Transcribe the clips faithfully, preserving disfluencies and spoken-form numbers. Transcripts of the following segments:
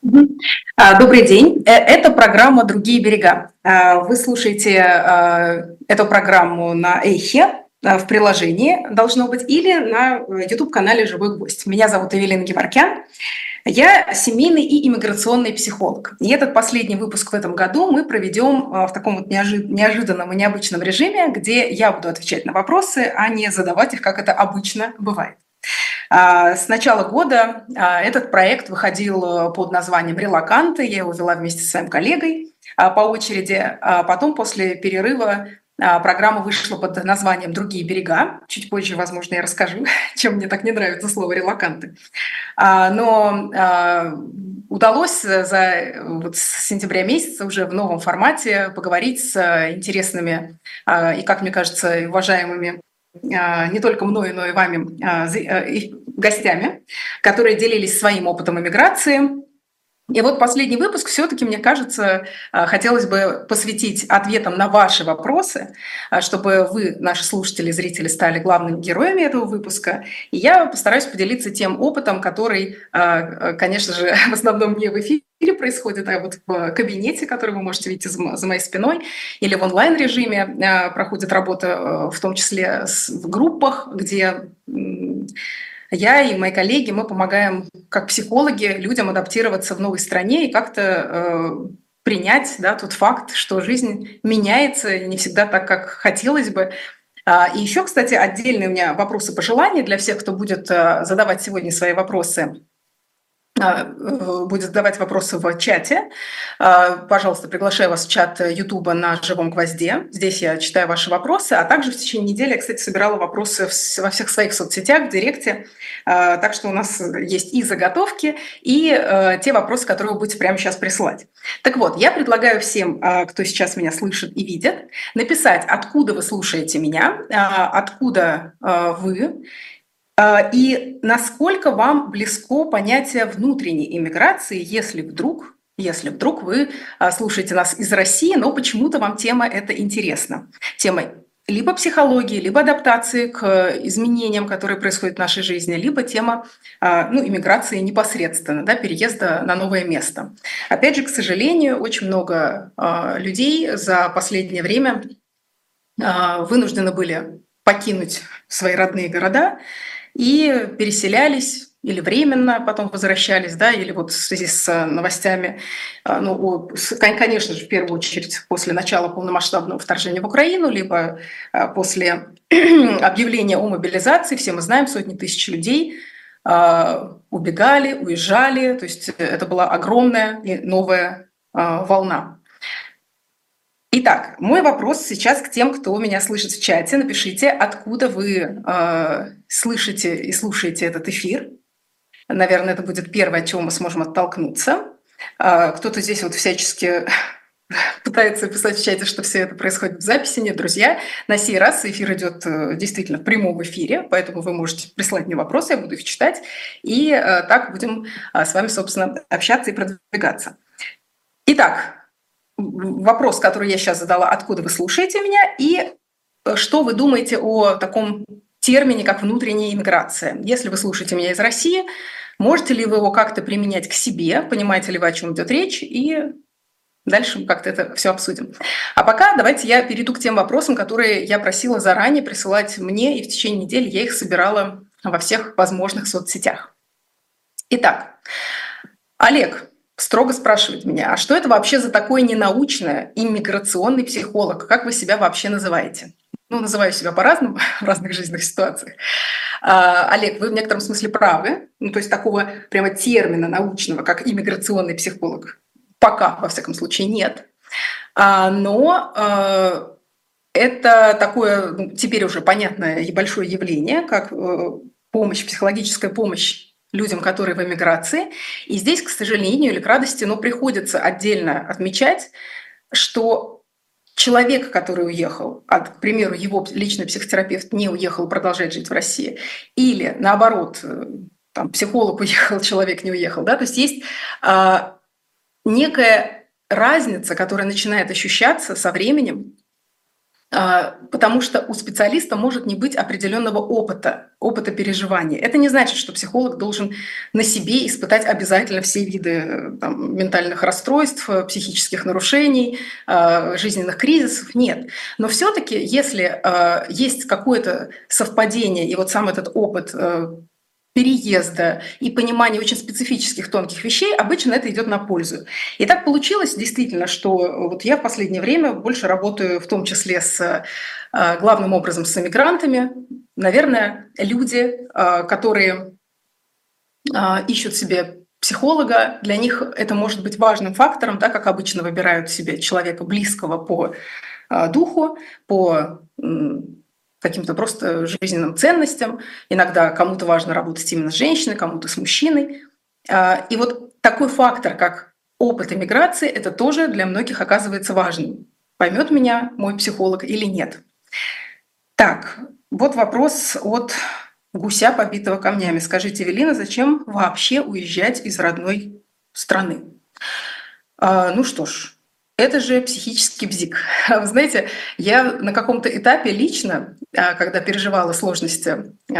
Мгм. А, Добрый день. Э, Это программа «Другие берега». А, Вы слушаете а, эту программу на Эхе, а, в приложении должно быть, или на YouTube-канале «Живой гвоздь». Меня зовут Эвелина Геворкян. Я семейный и иммиграционный психолог. И этот последний выпуск в этом году мы проведем а, в таком вот неожи- неожиданном и необычном режиме, где я буду отвечать на вопросы, а не задавать их, как это обычно бывает. А, С начала года а, этот проект выходил э, под названием «Релаканты». Я его вела вместе со своим коллегой а, по очереди. А потом, после перерыва, а, программа вышла под названием «Другие берега». Чуть позже, возможно, я расскажу, чем мне так не нравится слово «релаканты». А, Но а, удалось за вот с сентября месяца уже в новом формате поговорить с интересными а, и, как мне кажется, уважаемыми а, не только мною, но и вами а, а, гостями, которые делились своим опытом иммиграции. И вот последний выпуск все-таки, мне кажется, а, хотелось бы посвятить ответам на ваши вопросы, а, чтобы вы, наши слушатели, зрители, стали главными героями этого выпуска. И я постараюсь поделиться тем опытом, который, а, конечно же, в основном не в эфире происходит, а вот в кабинете, который вы можете видеть за мо- за моей спиной, или в онлайн-режиме а, проходит работа, а, в том числе с- в группах, где м, я и мои коллеги, мы помогаем как психологи людям адаптироваться в новой стране и как-то э, принять, да, тот факт, что жизнь меняется и не всегда так, как хотелось бы. А, И еще, кстати, отдельные у меня вопросы, пожелания для всех, кто будет э, задавать сегодня свои вопросы, а, э, будет задавать вопросы в чате. А, Пожалуйста, приглашаю вас в чат Ютуба на «Живом гвозде». Здесь я читаю ваши вопросы, а также в течение недели я, кстати, собирала вопросы в с- во всех своих соцсетях, в Директе. А, Так что у нас есть и заготовки, и э, те вопросы, которые вы будете прямо сейчас присылать. Так вот, я предлагаю всем, а, кто сейчас меня слышит и видит, написать, откуда вы слушаете меня, а, откуда а, вы, а, И насколько вам близко понятие внутренней иммиграции, если вдруг, если вдруг вы а, слушаете нас из России, но почему-то вам тема эта интересна. Тема либо психологии, либо адаптации к изменениям, которые происходят в нашей жизни, либо тема а, ну, иммиграции непосредственно, да, переезда на новое место. Опять же, к сожалению, очень много а, людей за последнее время а, вынуждены были покинуть свои родные города и переселялись или временно потом возвращались, да, или вот в связи с новостями, а, ну, о- с- кон- конечно же, в первую очередь после начала полномасштабного вторжения в Украину, либо а, после объявления о мобилизации, все мы знаем, сотни тысяч людей а, убегали, уезжали, то есть это была огромная и новая а, волна. Итак, мой вопрос сейчас к тем, кто меня слышит в чате. Напишите, откуда вы э, слышите и слушаете этот эфир. Наверное, это будет первое, от чего мы сможем оттолкнуться. А, кто-то здесь вот всячески пытается писать в чате, что все это происходит в записи. Нет, друзья, на сей раз эфир идет э, действительно в прямом эфире, поэтому вы можете прислать мне вопросы, я буду их читать, и э, так будем э, с вами, собственно, общаться и продвигаться. Итак, вопрос, который я сейчас задала, откуда вы слушаете меня, и э, что вы думаете о таком термине, как внутренняя иммиграция. Если вы слушаете меня из России, можете ли вы его как-то применять к себе, понимаете ли вы, о чем идет речь, и дальше мы как-то это все обсудим. А пока давайте я перейду к тем вопросам, которые я просила заранее присылать мне, и в течение недели я их собирала во всех возможных соцсетях. Итак, Олег строго спрашивает меня, а что это вообще за такое ненаучное иммиграционный психолог? Как вы себя вообще называете? Ну, называю себя по-разному в разных жизненных ситуациях. А, Олег, вы в некотором смысле правы. Ну, то есть такого прямо термина научного, как иммиграционный психолог, пока, во всяком случае, нет. А, но а, это такое, ну, теперь уже понятное и большое явление, как э, помощь, психологическая помощь людям, которые в эмиграции. И здесь, к сожалению или к радости, но приходится отдельно отмечать, что человек, который уехал, а, к примеру, его личный психотерапевт не уехал и продолжает жить в России, или наоборот, э, там, психолог уехал, человек не уехал, да, то есть есть а, некая разница, которая начинает ощущаться со временем, а, потому что у специалиста может не быть определенного опыта, опыта переживания. Это не значит, что психолог должен на себе испытать обязательно все виды там, ментальных расстройств, психических нарушений, а, жизненных кризисов. Нет. Но все-таки, если а, есть какое-то совпадение, и вот сам этот опыт а, переезда и понимания очень специфических тонких вещей, обычно это идет на пользу. И так получилось действительно, что вот я в последнее время больше работаю в том числе с э, главным образом с эмигрантами. Наверное, люди, э, которые э, ищут себе психолога, для них это может быть важным фактором, да, как обычно выбирают себе человека близкого по э, духу, по каким-то просто жизненным ценностям. Иногда кому-то важно работать именно с женщиной, кому-то с мужчиной. И вот такой фактор, как опыт эмиграции, это тоже для многих оказывается важным. Поймет меня мой психолог или нет. Так, вот вопрос от гуся, побитого камнями. Скажите, Эвелина, зачем вообще уезжать из родной страны? Ну что ж, это же психический бзик. Вы знаете, я на каком-то этапе лично, когда переживала сложности в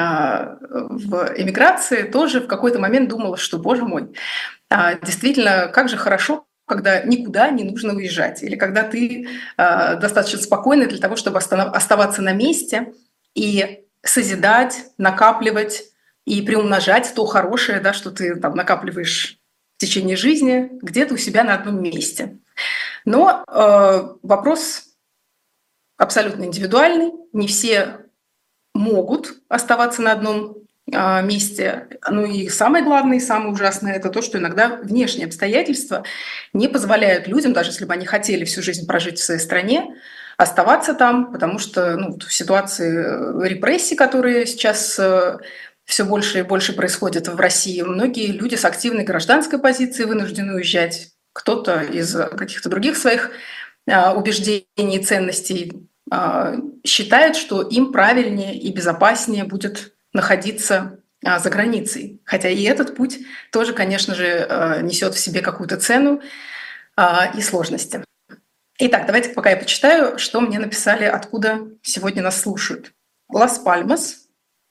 эмиграции, тоже в какой-то момент думала, что, боже мой, действительно, как же хорошо, когда никуда не нужно уезжать, или когда ты достаточно спокойный для того, чтобы оставаться на месте и созидать, накапливать и приумножать то хорошее, да, что ты там накапливаешь в течение жизни где-то у себя на одном месте. Но э, вопрос абсолютно индивидуальный. Не все могут оставаться на одном э, месте. Ну и самое главное, и самое ужасное, это то, что иногда внешние обстоятельства не позволяют людям, даже если бы они хотели всю жизнь прожить в своей стране, оставаться там, потому что ну, в ситуации репрессий, которые сейчас э, все больше и больше происходят в России, многие люди с активной гражданской позицией вынуждены уезжать. Кто-то из каких-то других своих убеждений и ценностей считает, что им правильнее и безопаснее будет находиться за границей. Хотя и этот путь тоже, конечно же, несет в себе какую-то цену и сложности. Итак, давайте пока я почитаю, что мне написали, откуда сегодня нас слушают. Лас-Пальмас.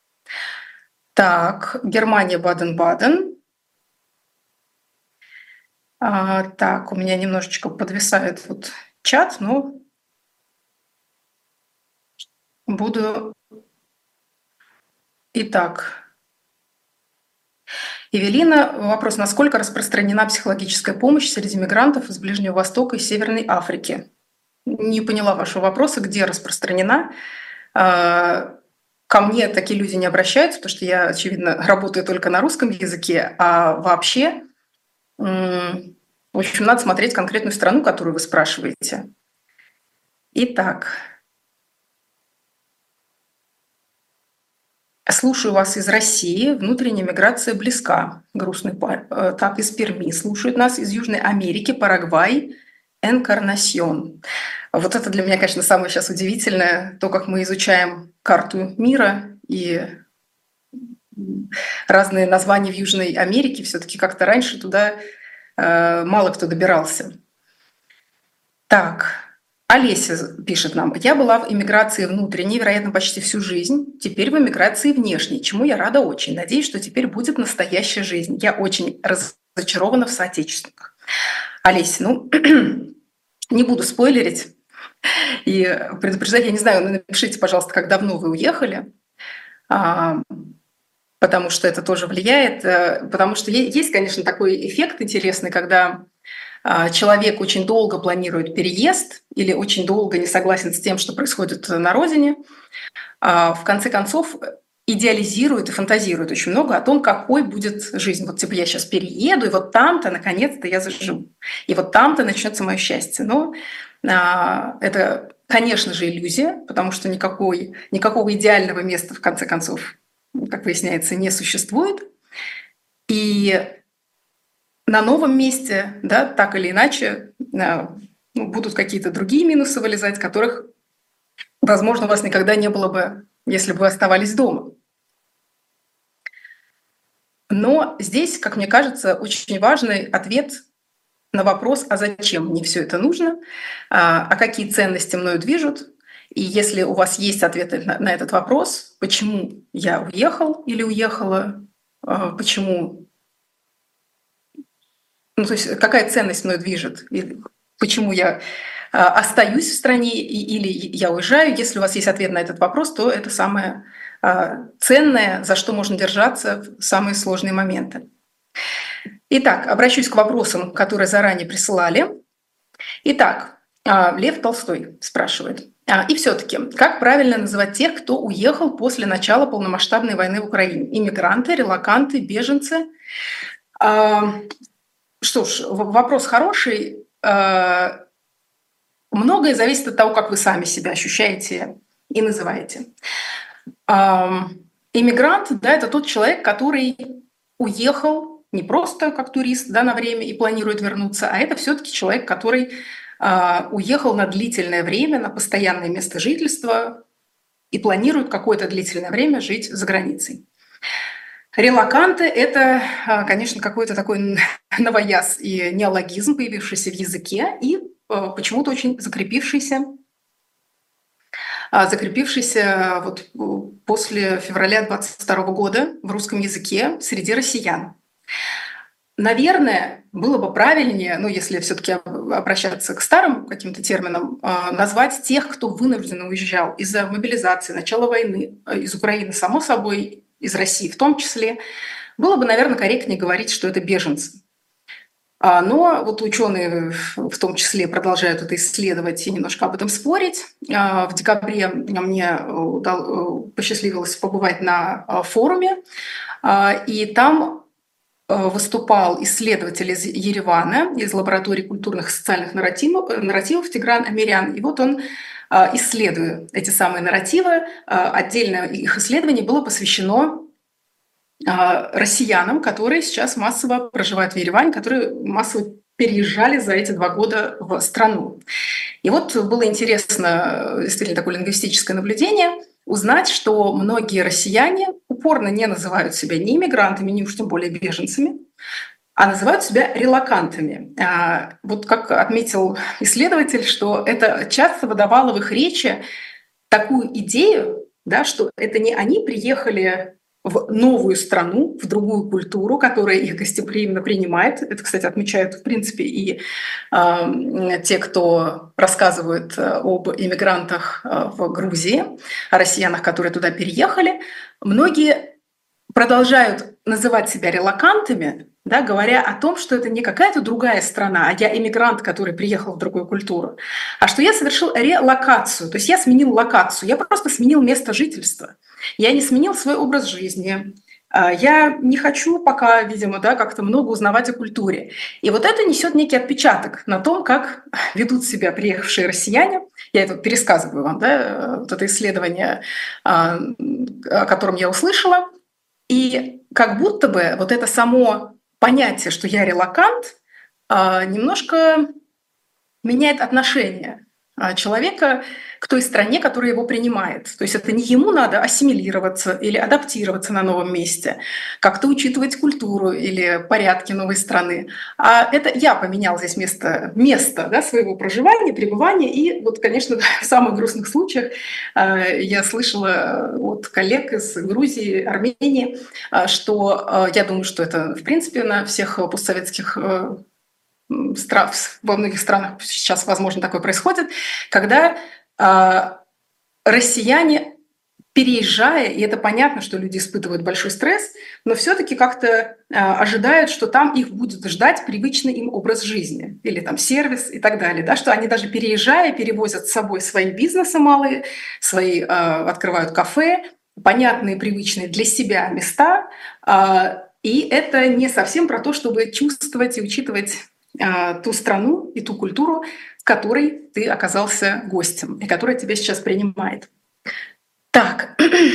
Так, Германия, Баден-Баден. А, так, у меня немножечко подвисает вот чат, но буду... Итак, Эвелина, вопрос, насколько распространена психологическая помощь среди мигрантов из Ближнего Востока и Северной Африки? Не поняла вашего вопроса, где распространена. Ко мне такие люди не обращаются, потому что я, очевидно, работаю только на русском языке, а вообще... В общем, надо смотреть конкретную страну, которую вы спрашиваете. Итак, слушаю вас из России. Внутренняя миграция близка. Грустный пар. Так, из Перми слушают нас, из Южной Америки, Парагвай, Энкарнасьон. Вот это для меня, конечно, самое сейчас удивительное, то, как мы изучаем карту мира и разные названия в Южной Америке. Все-таки как-то раньше туда мало кто добирался. Так, Олеся пишет нам. Я была в эмиграции внутренней, вероятно, почти всю жизнь. Теперь в эмиграции внешней, чему я рада очень. Надеюсь, что теперь будет настоящая жизнь. Я очень разочарована в соотечественниках. Олеся, ну, не буду спойлерить и предупреждать. Я не знаю, ну, напишите, пожалуйста, как давно вы уехали. Потому что это тоже влияет. Потому что есть, конечно, такой эффект интересный, когда человек очень долго планирует переезд или очень долго не согласен с тем, что происходит на родине, в конце концов идеализирует и фантазирует очень много о том, какой будет жизнь. Вот типа я сейчас перееду, и вот там-то наконец-то я заживу. И вот там-то начнется мое счастье. Но это, конечно же, иллюзия, потому что никакой, никакого идеального места, в конце концов, как выясняется, не существует. И на новом месте, да, так или иначе, ну, будут какие-то другие минусы вылезать, которых, возможно, у вас никогда не было бы, если бы вы оставались дома. Но здесь, как мне кажется, очень важный ответ на вопрос, а зачем мне все это нужно, а какие ценности мною движут, И если у вас есть ответы на, на этот вопрос, почему я уехал или уехала, э, почему, ну то есть какая ценность мной движет, или почему я э, остаюсь в стране и, или я уезжаю, если у вас есть ответ на этот вопрос, то это самое э, ценное, за что можно держаться в самые сложные моменты. Итак, обращусь к вопросам, которые заранее присылали. Итак, Лев Толстой спрашивает. И все-таки, как правильно называть тех, кто уехал после начала полномасштабной войны в Украине? Иммигранты, релоканты, беженцы? Что ж, вопрос хороший. Многое зависит от того, как вы сами себя ощущаете и называете. Иммигрант, да, это тот человек, который уехал не просто как турист, да, на время и планирует вернуться, а это все-таки человек, который э, уехал на длительное время, на постоянное место жительства и планирует какое-то длительное время жить за границей. Релоканты – это, э, конечно, какой-то такой новояз и неологизм, появившийся в языке и э, почему-то очень закрепившийся закрепившийся вот после февраля двадцать второго года в русском языке среди россиян. Наверное, было бы правильнее, ну, если все-таки обращаться к старым каким-то терминам, назвать тех, кто вынужденно уезжал из-за мобилизации, начала войны, из Украины, само собой, из России в том числе. Было бы, наверное, корректнее говорить, что это беженцы. Но вот ученые в том числе продолжают это исследовать и немножко об этом спорить. В декабре мне посчастливилось побывать на форуме, и там выступал исследователь из Еревана, из лаборатории культурных и социальных нарративов, нарративов Тигран Амирян. И вот он, исследуя эти самые нарративы, отдельное их исследование было посвящено россиянам, которые сейчас массово проживают в Ереване, которые массово переезжали за эти два года в страну. И вот было интересно, действительно, такое лингвистическое наблюдение, узнать, что многие россияне упорно не называют себя ни иммигрантами, ни уж тем более беженцами, а называют себя релокантами. Вот как отметил исследователь, что это часто выдавало в их речи такую идею, да, что это не они приехали в новую страну, в другую культуру, которая их гостеприимно принимает. Это, кстати, отмечают, в принципе, и э, те, кто рассказывают об иммигрантах в Грузии, о россиянах, которые туда переехали. Многие продолжают называть себя релокантами, да, говоря о том, что это не какая-то другая страна, а я иммигрант, который приехал в другую культуру, а что я совершил релокацию, то есть я сменил локацию, я просто сменил место жительства, я не сменил свой образ жизни, я не хочу пока, видимо, да, как-то много узнавать о культуре. И вот это несет некий отпечаток на том, как ведут себя приехавшие россияне. Я это пересказываю вам, да, вот это исследование, о котором я услышала. И как будто бы вот это само понятие, что я релокант, немножко меняет отношение человека к той стране, которая его принимает. То есть это не ему надо ассимилироваться или адаптироваться на новом месте, как-то учитывать культуру или порядки новой страны, а это я поменял здесь место, место да, своего проживания, пребывания. И вот, конечно, в самых грустных случаях я слышала от коллег из Грузии, Армении, что я думаю, что это, в принципе, на всех постсоветских во многих странах сейчас, возможно, такое происходит, когда э, россияне, переезжая, и это понятно, что люди испытывают большой стресс, но все-таки как-то э, ожидают, что там их будет ждать привычный им образ жизни или там сервис и так далее, да, что они даже переезжая перевозят с собой свои бизнесы малые, свои э, открывают кафе, понятные, привычные для себя места, э, и это не совсем про то, чтобы чувствовать и учитывать ту страну и ту культуру, в которой ты оказался гостем и которая тебя сейчас принимает. Так,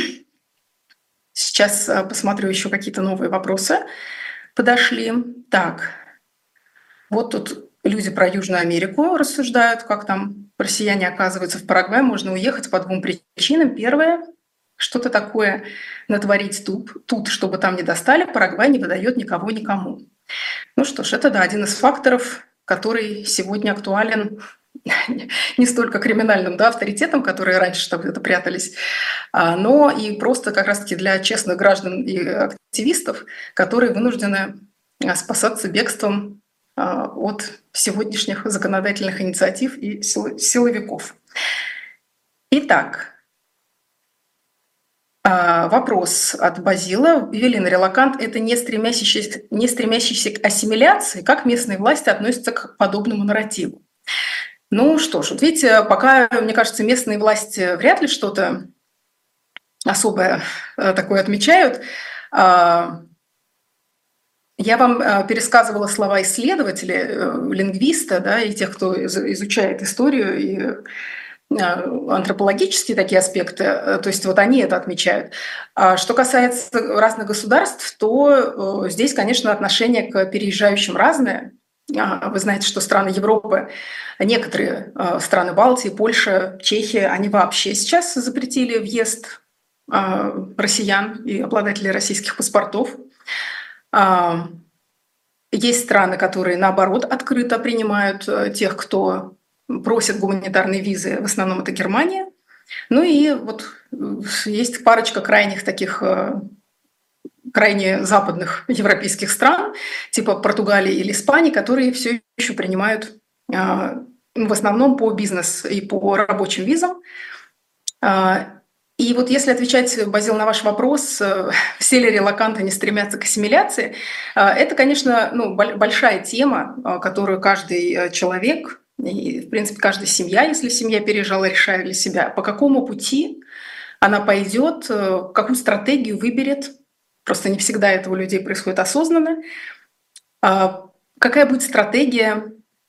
сейчас посмотрю, еще какие-то новые вопросы подошли. Так, вот тут люди про Южную Америку рассуждают, как там россияне оказываются в Парагвае. Можно уехать по двум причинам. Первое — что-то такое натворить тут, тут, чтобы там не достали. Парагвай не выдает никого никому. Ну что ж, это, да, один из факторов, который сегодня актуален не столько криминальным, да, авторитетам, которые раньше там где-то прятались, а, но и просто как раз-таки для честных граждан и активистов, которые вынуждены а, спасаться бегством а, от сегодняшних законодательных инициатив и сил- силовиков. Итак, а, вопрос от Базила. Эвелина, релакант– это не стремящийся, не стремящийся к ассимиляции. Как местные власти относятся к подобному нарративу? Ну что ж, вот видите, пока, мне кажется, местные власти вряд ли что-то особое э, такое отмечают. А, Я вам э, пересказывала слова исследователей, э, лингвиста, да, и тех, кто из- изучает историю и э, антропологические такие аспекты, э, то есть вот они это отмечают. А что касается разных государств, то э, здесь, конечно, отношение к переезжающим разное. А, Вы знаете, что страны Европы, некоторые э, страны Балтии, Польша, Чехия, они вообще сейчас запретили въезд э, россиян и обладателей российских паспортов. А, Есть страны, которые, наоборот, открыто принимают э, тех, кто просит гуманитарные визы. В основном это Германия. Ну и вот э, есть парочка крайних таких, э, крайне западных европейских стран, типа Португалии или Испании, которые все еще принимают э, в основном по бизнес и по рабочим визам. А, И вот если отвечать, Базил, на ваш вопрос, э, все ли релаканты не стремятся к ассимиляции, э, это, конечно, ну, боль- большая тема, э, которую каждый э, человек и, в принципе, каждая семья, если семья переезжала, решает для себя, по какому пути она пойдет, э, какую стратегию выберет. Просто не всегда это у людей происходит осознанно. А, Какая будет стратегия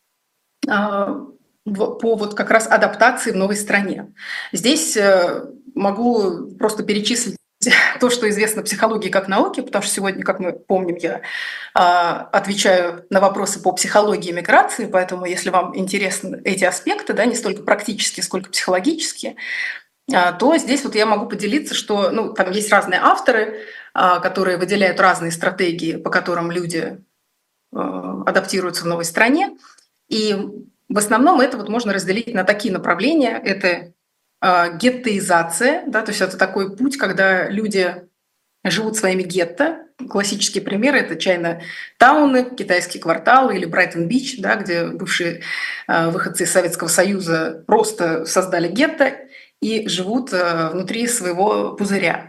а, в- по вот как раз адаптации в новой стране. Здесь э, могу просто перечислить то, что известно психологии как науке, потому что сегодня, как мы помним, я а, отвечаю на вопросы по психологии миграции, поэтому если вам интересны эти аспекты, да, не столько практические, сколько психологические, а, то здесь вот я могу поделиться, что ну, там есть разные авторы, а, которые выделяют разные стратегии, по которым люди э, адаптируются в новой стране. И в основном это вот можно разделить на такие направления. Это э, геттоизация, да, то есть это такой путь, когда люди живут своими гетто. Классические примеры– это Чайна-тауны, китайские кварталы или Брайтон-Бич, да, где бывшие э, выходцы из Советского Союза просто создали гетто и живут э, внутри своего пузыря.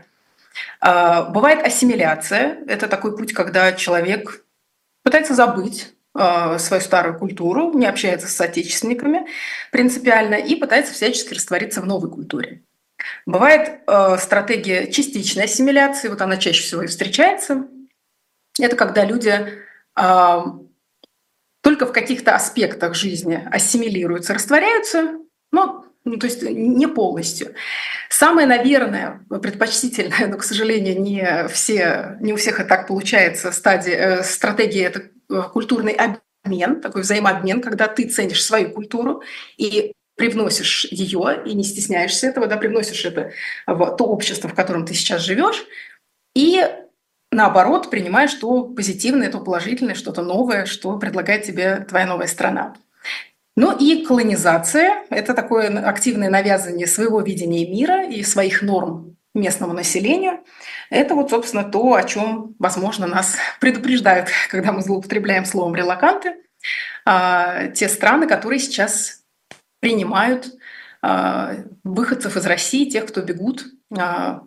Э, Бывает ассимиляция. Это такой путь, когда человек пытается забыть э, свою старую культуру, не общается с соотечественниками принципиально и пытается всячески раствориться в новой культуре. Бывает э, стратегия частичной ассимиляции, вот она чаще всего и встречается. Это когда люди э, только в каких-то аспектах жизни ассимилируются, растворяются, но ну, то есть не полностью. Самое, наверное, предпочтительное, но, к сожалению, не, все, не у всех это так получается, стадия, э, стратегия – это э, культурный обмен, такой взаимообмен, когда ты ценишь свою культуру и привносишь ее, и не стесняешься этого, да, привносишь это в то общество, в котором ты сейчас живешь, и наоборот принимаешь то позитивное, то положительное, что-то новое, что предлагает тебе твоя новая страна. Ну и колонизация– это такое активное навязывание своего видения мира и своих норм местному населению. Это вот, собственно, то, о чем, возможно, нас предупреждают, когда мы злоупотребляем словом «релаканты», а, те страны, которые сейчас принимают а, выходцев из России, тех, кто бегут. А,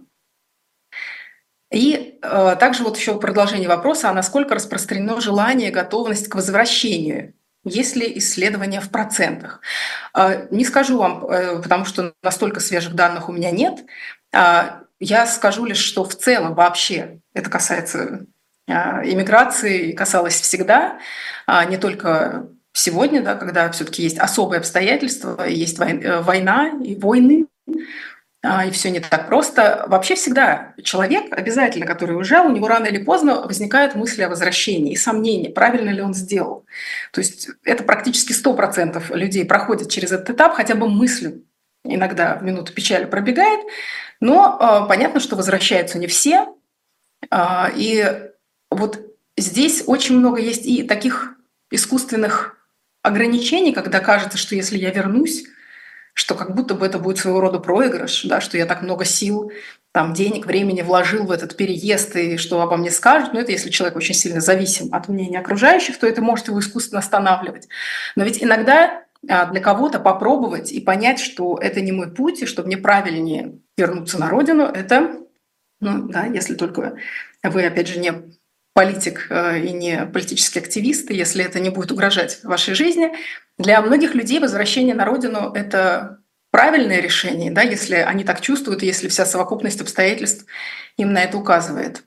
И а, также вот еще продолжение вопроса, а насколько распространено желание, готовность к возвращению? Есть ли исследования в процентах? А, Не скажу вам, э, потому что настолько свежих данных у меня нет. А, Я скажу лишь, что в целом вообще это касается а, иммиграции, и касалось всегда, а не только сегодня, да, когда все-таки есть особые обстоятельства, есть вой- э, война и войны, а, и все не так просто. Вообще всегда человек, обязательно, который уезжал, у него рано или поздно возникают мысли о возвращении и сомнения, правильно ли он сделал. То есть это практически сто процентов людей проходят через этот этап, хотя бы мыслью иногда в минуту печали пробегает, но а, понятно, что возвращаются не все. А, и вот здесь очень много есть и таких искусственных ограничений, когда кажется, что если я вернусь, что как будто бы это будет своего рода проигрыш, да, что я так много сил, там, денег, времени вложил в этот переезд, и что обо мне скажут. Но это если человек очень сильно зависим от мнения окружающих, то это может его искусственно останавливать. Но ведь иногда а, для кого-то попробовать и понять, что это не мой путь, и что мне правильнее вернуться на родину, это, ну да, если только вы, опять же, не политик э, и не политический активист, и если это не будет угрожать вашей жизни. Для многих людей возвращение на родину — это правильное решение, да, если они так чувствуют, и если вся совокупность обстоятельств им на это указывает.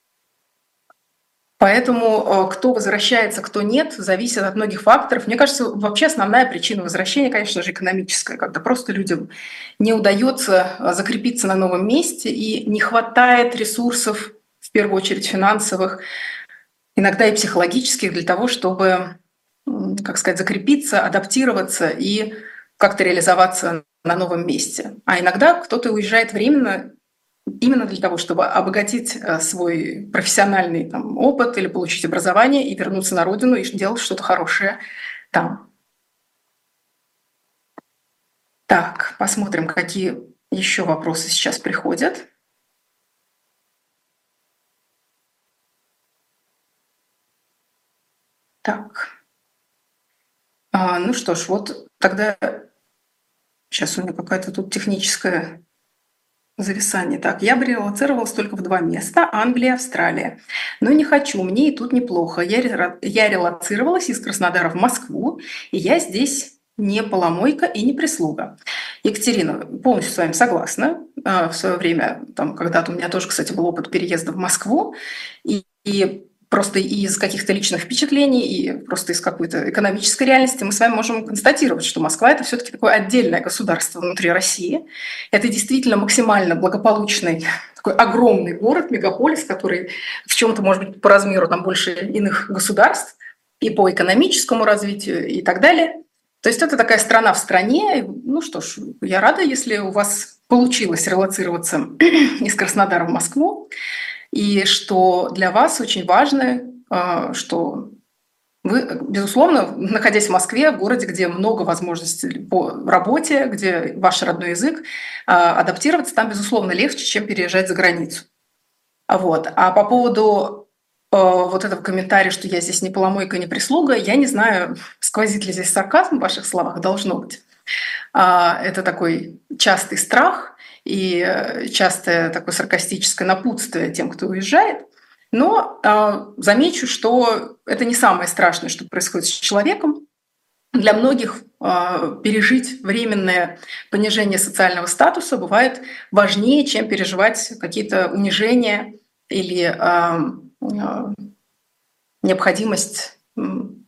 Поэтому кто возвращается, кто нет, зависит от многих факторов. Мне кажется, вообще основная причина возвращения, конечно же, экономическая, когда просто людям не удается закрепиться на новом месте и не хватает ресурсов, в первую очередь финансовых, иногда и психологических, для того, чтобы, как сказать, закрепиться, адаптироваться и как-то реализоваться на новом месте. А иногда кто-то уезжает временно именно для того, чтобы обогатить свой профессиональный там, опыт или получить образование и вернуться на родину и делать что-то хорошее там. Так, посмотрим, какие еще вопросы сейчас приходят. Так. А, ну что ж, вот тогда сейчас у меня какая-то тут техническая зависание. Так, я бы релоцировалась только в два места — Англия, Австралия. Но не хочу, мне и тут неплохо. Я, ре- я релоцировалась из Краснодара в Москву, и я здесь не поломойка и не прислуга. Екатерина, полностью с вами согласна. А, В свое время, там, когда-то у меня тоже, кстати, был опыт переезда в Москву, и, и просто из каких-то личных впечатлений и просто из какой-то экономической реальности мы с вами можем констатировать, что Москва — это все-таки такое отдельное государство внутри России. Это действительно максимально благополучный, такой огромный город, мегаполис, который в чем-то, может быть, по размеру там больше иных государств и по экономическому развитию и так далее. То есть это такая страна в стране. Ну что ж, я рада, если у вас получилось релоцироваться из Краснодара в Москву, и что для вас очень важно, а, что вы, безусловно, находясь в Москве, в городе, где много возможностей по работе, где ваш родной язык, а, адаптироваться там, безусловно, легче, чем переезжать за границу. А Вот. А по поводу э, вот этого комментария, что я здесь не поломойка, не прислуга, я не знаю, сквозит ли здесь сарказм в ваших словах, должно быть. А, Это такой частый страх и э, частое такое саркастическое напутствие тем, кто уезжает. Но а, замечу, что это не самое страшное, что происходит с человеком. Для многих а, пережить временное понижение социального статуса бывает важнее, чем переживать какие-то унижения или а, а, необходимость м,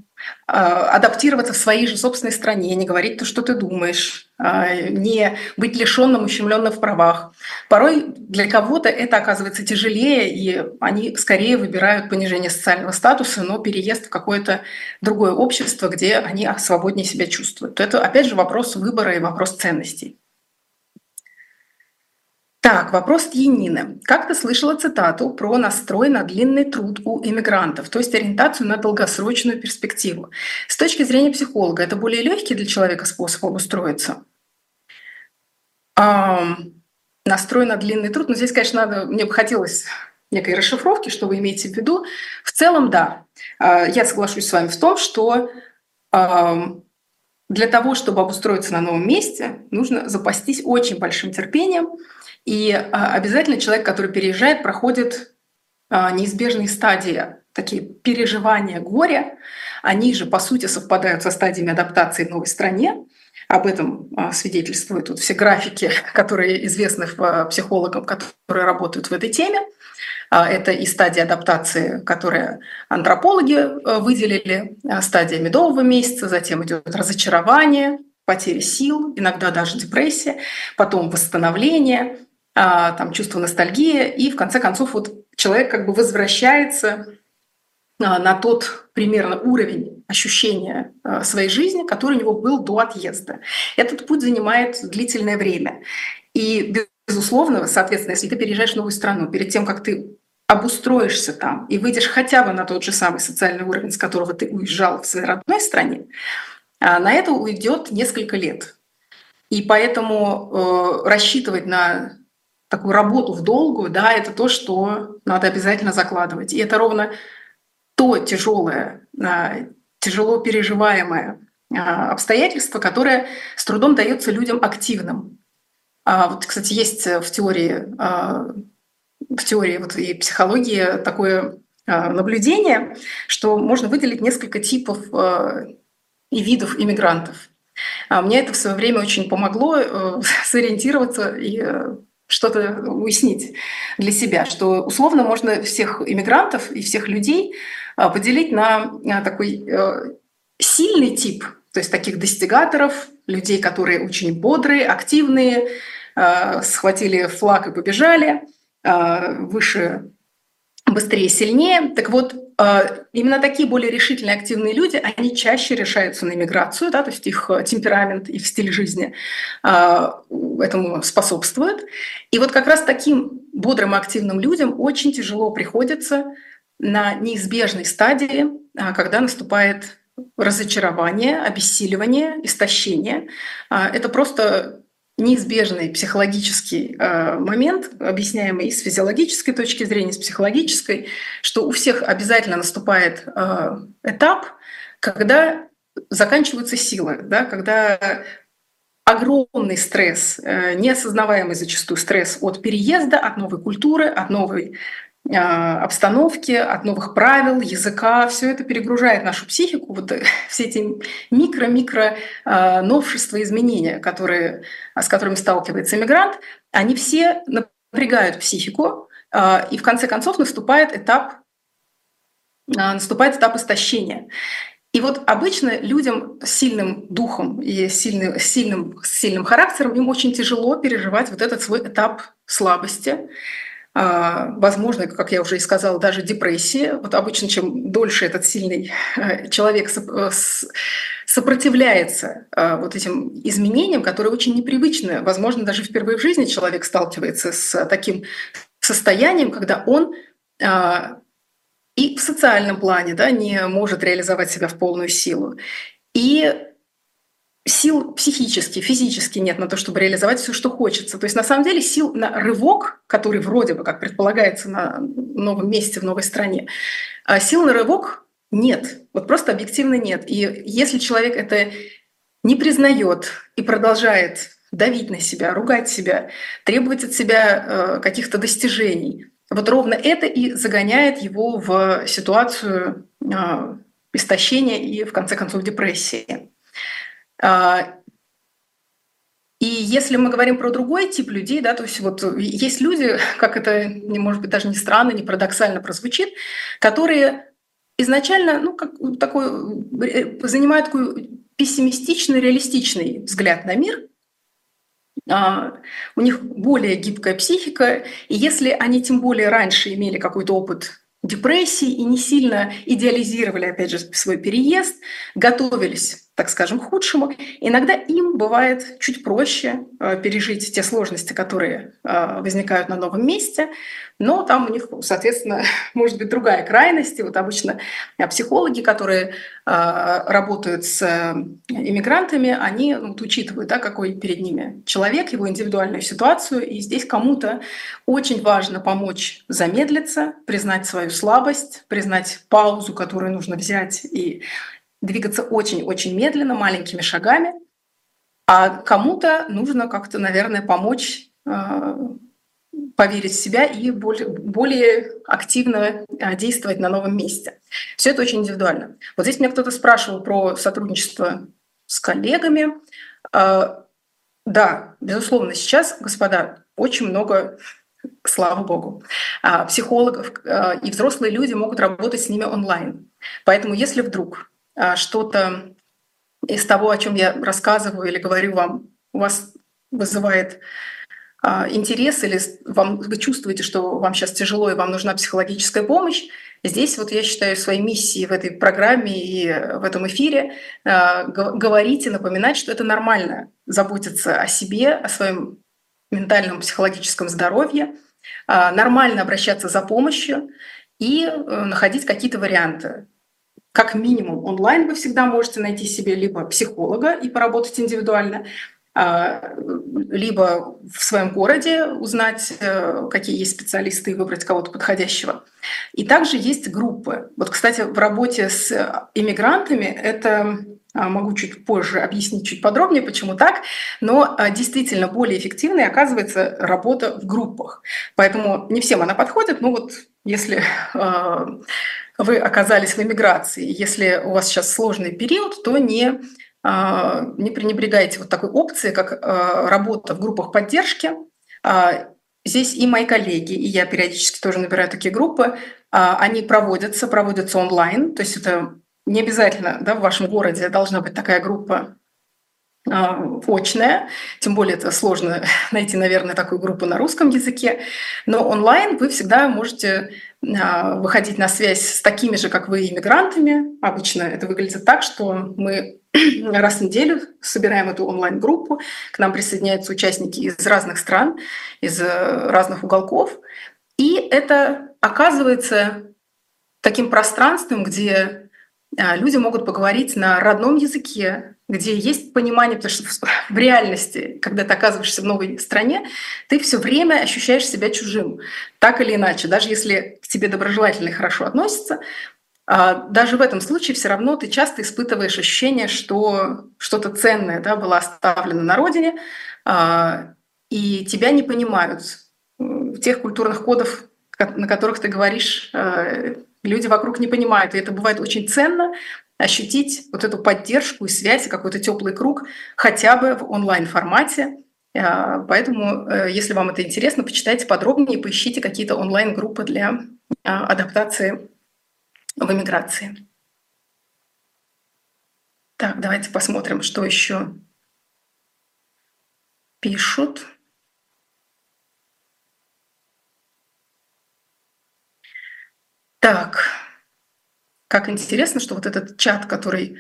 а, адаптироваться в своей же собственной стране, не говорить то, что ты думаешь, а, не быть лишенным, ущемленным в правах. Порой для кого-то это оказывается тяжелее, и они скорее выбирают понижение социального статуса, но переезд в какое-то другое общество, где они свободнее себя чувствуют. Это, опять же, вопрос выбора и вопрос ценностей. Так, вопрос от Янины. Как ты слышала цитату про настрой на длинный труд у иммигрантов, то есть ориентацию на долгосрочную перспективу? С точки зрения психолога, это более легкий для человека способ обустроиться? Ам, настрой на длинный труд. Но здесь, конечно, надо, мне бы хотелось некой расшифровки, что вы имеете в виду. В целом, да. А, Я соглашусь с вами в том, что ам, для того, чтобы обустроиться на новом месте, нужно запастись очень большим терпением. И а, обязательно человек, который переезжает, проходит а, неизбежные стадии, такие переживания горя. Они же, по сути, совпадают со стадиями адаптации в новой стране. Об этом а, свидетельствуют вот все графики, которые известны а, психологам, которые работают в этой теме. А, Это и стадия адаптации, которые антропологи а, выделили, а, стадия медового месяца, затем идет разочарование, потеря сил, иногда даже депрессия, потом восстановление, а, там чувство ностальгии, и в конце концов вот человек как бы возвращается а, на тот примерно уровень ощущения а, своей жизни, который у него был до отъезда. Этот путь занимает длительное время. И, безусловно, соответственно, если ты переезжаешь в новую страну, перед тем, как ты обустроишься там и выйдешь хотя бы на тот же самый социальный уровень, с которого ты уезжал в своей родной стране, а, на это уйдет несколько лет. И поэтому э, рассчитывать на такую работу в долгую, да, это то, что надо обязательно закладывать. И это ровно то тяжелое, а, тяжело переживаемое а, обстоятельство, которое с трудом дается людям активным. А вот, кстати, есть в теории, а, в теории вот и психологии такое а, наблюдение, что можно выделить несколько типов а, и видов иммигрантов. А мне это в свое время очень помогло э, сориентироваться и э, что-то уяснить для себя, что условно можно всех иммигрантов и всех людей а, поделить на а, такой э, сильный тип, то есть таких достигаторов, людей, которые очень бодрые, активные, э, схватили флаг и побежали э, выше, быстрее, сильнее. Так вот, именно такие более решительные, активные люди, они чаще решаются на иммиграцию, да, то есть их темперамент, их стиль жизни этому способствует. И вот как раз таким бодрым, активным людям очень тяжело приходится на неизбежной стадии, когда наступает разочарование, обессиливание, истощение. Это просто неизбежный психологический э, момент, объясняемый и с физиологической точки зрения, и с психологической, что у всех обязательно наступает э, этап, когда заканчиваются силы, да, когда огромный стресс, э, неосознаваемый зачастую стресс от переезда, от новой культуры, от новой обстановки, от новых правил, языка, все это перегружает нашу психику. Вот все эти микро-микро новшества, изменения, которые, с которыми сталкивается иммигрант, они все напрягают психику, и в конце концов наступает этап, наступает этап истощения. И вот обычно людям с сильным духом и сильным, сильным, сильным характером им очень тяжело переживать вот этот свой этап слабости, возможно, как я уже и сказала, даже депрессии. Вот обычно, чем дольше этот сильный человек сопротивляется вот этим изменениям, которые очень непривычны, возможно, даже впервые в жизни человек сталкивается с таким состоянием, когда он и в социальном плане, да, не может реализовать себя в полную силу, и сил психически, физически нет на то, чтобы реализовать все, что хочется. То есть на самом деле сил на рывок, который вроде бы, как предполагается, на новом месте, в новой стране, сил на рывок нет. Вот просто объективно нет. И если человек это не признает и продолжает давить на себя, ругать себя, требовать от себя каких-то достижений, вот ровно это и загоняет его в ситуацию истощения и, в конце концов, депрессии. И если мы говорим про другой тип людей, да, то есть вот есть люди, как это, может быть, даже не странно, не парадоксально прозвучит, которые изначально, ну, как такой, занимают такой пессимистичный, реалистичный взгляд на мир. У них более гибкая психика, и если они тем более раньше имели какой-то опыт депрессии и не сильно идеализировали, опять же, свой переезд, готовились, так скажем, к худшему, иногда им бывает чуть проще пережить те сложности, которые возникают на новом месте, но там у них, соответственно, может быть другая крайность. И вот обычно психологи, которые работают с иммигрантами, они вот, учитывают, да, какой перед ними человек, его индивидуальную ситуацию, и здесь кому-то очень важно помочь замедлиться, признать свою слабость, признать паузу, которую нужно взять, и двигаться очень-очень медленно, маленькими шагами, а кому-то нужно как-то, наверное, помочь э, поверить в себя и более, более активно действовать на новом месте. Все это очень индивидуально. Вот здесь меня кто-то спрашивал про сотрудничество с коллегами. Э, да, безусловно, сейчас, господа, очень много, слава богу, психологов и взрослые люди могут работать с ними онлайн. Поэтому если вдруг что-то из того, о чем я рассказываю или говорю вам, у вас вызывает интерес, или вам, вы чувствуете, что вам сейчас тяжело и вам нужна психологическая помощь, здесь вот я считаю своей миссией в этой программе и в этом эфире говорить и напоминать, что это нормально заботиться о себе, о своем ментальном, психологическом здоровье, нормально обращаться за помощью и находить какие-то варианты. Как минимум онлайн вы всегда можете найти себе либо психолога и поработать индивидуально, либо в своем городе узнать, какие есть специалисты, и выбрать кого-то подходящего. И также есть группы. Вот, кстати, в работе с иммигрантами это могу чуть позже объяснить чуть подробнее, почему так, но действительно более эффективной оказывается работа в группах. Поэтому не всем она подходит, но вот если вы оказались в эмиграции, если у вас сейчас сложный период, то не не пренебрегайте вот такой опцией, как работа в группах поддержки. Здесь и мои коллеги, и я периодически тоже набираю такие группы. Они проводятся, проводятся онлайн, то есть это не обязательно, да, в вашем городе должна быть такая группа очная, тем более это сложно найти, наверное, такую группу на русском языке, но онлайн вы всегда можете выходить на связь с такими же, как вы, иммигрантами. Обычно это выглядит так, что мы раз в неделю собираем эту онлайн-группу, к нам присоединяются участники из разных стран, из разных уголков, и это оказывается таким пространством, где люди могут поговорить на родном языке, где есть понимание, потому что в реальности, когда ты оказываешься в новой стране, ты все время ощущаешь себя чужим, так или иначе. Даже если к тебе доброжелательно и хорошо относятся, даже в этом случае все равно ты часто испытываешь ощущение, что что-то ценное, да, было оставлено на родине, и тебя не понимают. Тех культурных кодов, на которых ты говоришь, люди вокруг не понимают. И это бывает очень ценно ощутить вот эту поддержку и связь, какой-то теплый круг хотя бы в онлайн-формате. Поэтому, если вам это интересно, почитайте подробнее, поищите какие-то онлайн-группы для адаптации в эмиграции. Так, давайте посмотрим, что еще пишут. Так, как интересно, что вот этот чат, который...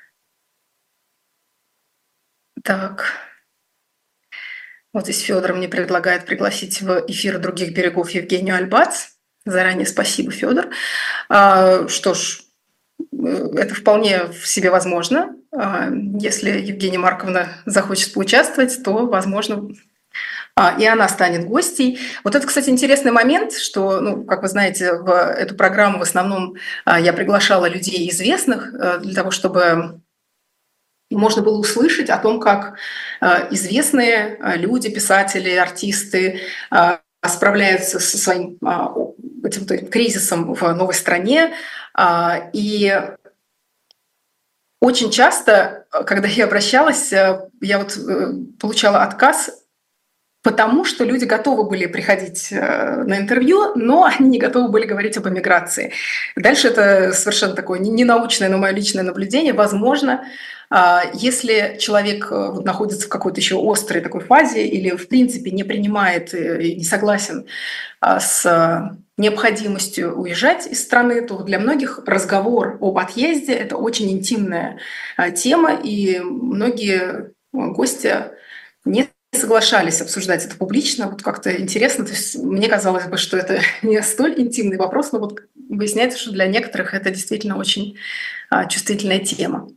Так, вот здесь Федор мне предлагает пригласить в эфир «Других берегов» Евгению Альбац. Заранее спасибо, Федор. Что ж, это вполне в себе возможно. Если Евгения Марковна захочет поучаствовать, то, возможно, и она станет гостьей. Вот это, кстати, интересный момент, что, ну, как вы знаете, в эту программу в основном я приглашала людей известных для того, чтобы можно было услышать о том, как известные люди, писатели, артисты справляются со своим этим кризисом в новой стране. И очень часто, когда я обращалась, я вот получала отказ, потому что люди готовы были приходить на интервью, но они не готовы были говорить об эмиграции. Дальше это совершенно такое ненаучное, но мое личное наблюдение. Возможно, если человек находится в какой-то еще острой такой фазе или в принципе не принимает и не согласен с необходимостью уезжать из страны, то для многих разговор об отъезде — это очень интимная тема, и многие гости не соглашались обсуждать это публично. Вот как-то интересно. То есть мне казалось бы, что это не столь интимный вопрос, но вот выясняется, что для некоторых это действительно очень чувствительная тема.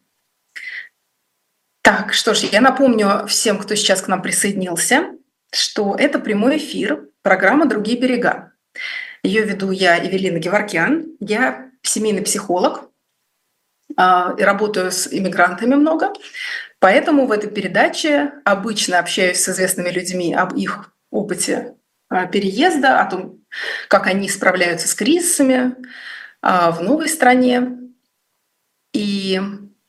Так, что ж, я напомню всем, кто сейчас к нам присоединился, что это прямой эфир программы «Другие берега». Ее веду я, Эвелина Геворкян. Я семейный психолог и работаю с иммигрантами много. Поэтому в этой передаче обычно общаюсь с известными людьми об их опыте переезда, о том, как они справляются с кризисами в новой стране. И,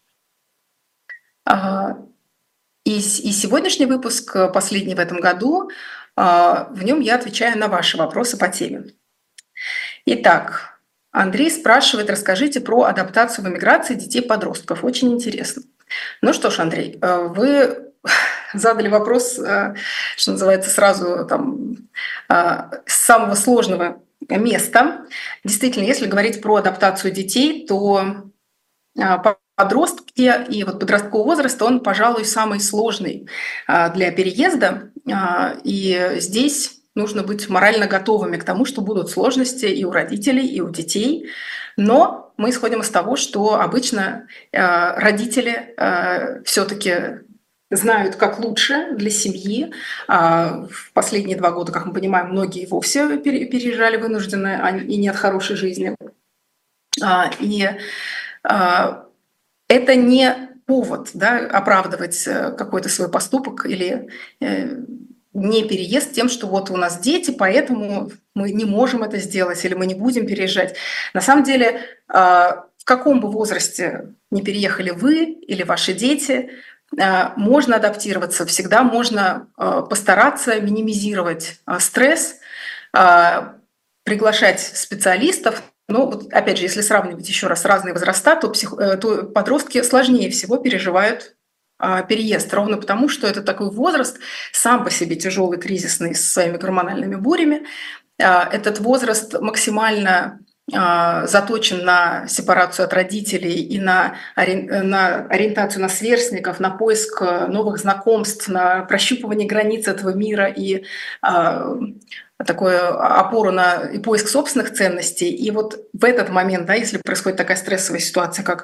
и, и сегодняшний выпуск, последний в этом году, в нем я отвечаю на ваши вопросы по теме. Итак, Андрей спрашивает, расскажите про адаптацию в эмиграции детей-подростков. Очень интересно. Ну что ж, Андрей, вы задали вопрос, что называется, сразу там, с самого сложного места. Действительно, если говорить про адаптацию детей, то подростки и вот подростковый возраст, он, пожалуй, самый сложный для переезда. И здесь нужно быть морально готовыми к тому, что будут сложности и у родителей, и у детей. Но мы исходим из того, что обычно э, родители э, все-таки знают, как лучше для семьи. А в последние два года, как мы понимаем, многие вовсе пере- переезжали вынужденно а- и не от хорошей жизни. А, И а, это не повод, да, оправдывать э, какой-то свой поступок или э, не переезд тем, что вот у нас дети, поэтому мы не можем это сделать или мы не будем переезжать. На самом деле, а, в каком бы возрасте не переехали вы или ваши дети, а, можно адаптироваться, всегда можно а, постараться минимизировать а, стресс, а, приглашать специалистов. Но вот, опять же, если сравнивать еще раз разные возраста, то, псих... э, то подростки сложнее всего переживают а, переезд, ровно потому, что это такой возраст, сам по себе тяжелый, кризисный, с своими гормональными бурями. А, Этот возраст максимально а, заточен на сепарацию от родителей и на, ори... на ориентацию на сверстников, на поиск новых знакомств, на прощупывание границ этого мира и а, такую опору на и поиск собственных ценностей. И вот в этот момент, да, если происходит такая стрессовая ситуация, как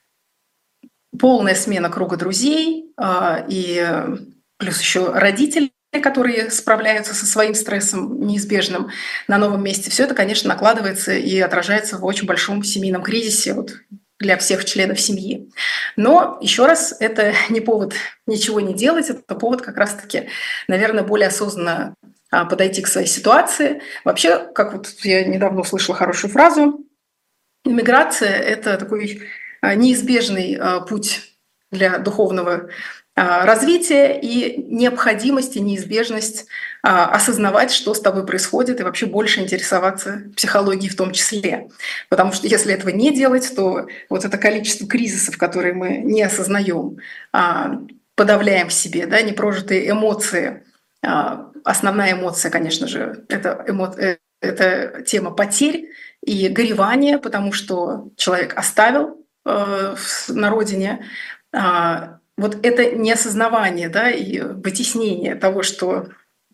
полная смена круга друзей, а, и плюс еще родители, которые справляются со своим стрессом неизбежным на новом месте, все это, конечно, накладывается и отражается в очень большом семейном кризисе вот, для всех членов семьи. Но, еще раз, это не повод ничего не делать, это повод как раз-таки, наверное, более осознанно а, подойти к своей ситуации. Вообще, как вот я недавно услышала хорошую фразу, иммиграция — это такой а, неизбежный а, путь для духовного а, развития и необходимость и неизбежность а, осознавать, что с тобой происходит, и вообще больше интересоваться психологией в том числе. Потому что если этого не делать, то вот это количество кризисов, которые мы не осознаем, а, подавляем в себе, да, непрожитые эмоции. А, Основная эмоция, конечно же, это, эмо... э, это тема потерь и горевания, потому что человек оставил э, на родине. А, вот это неосознавание, да, и вытеснение того, что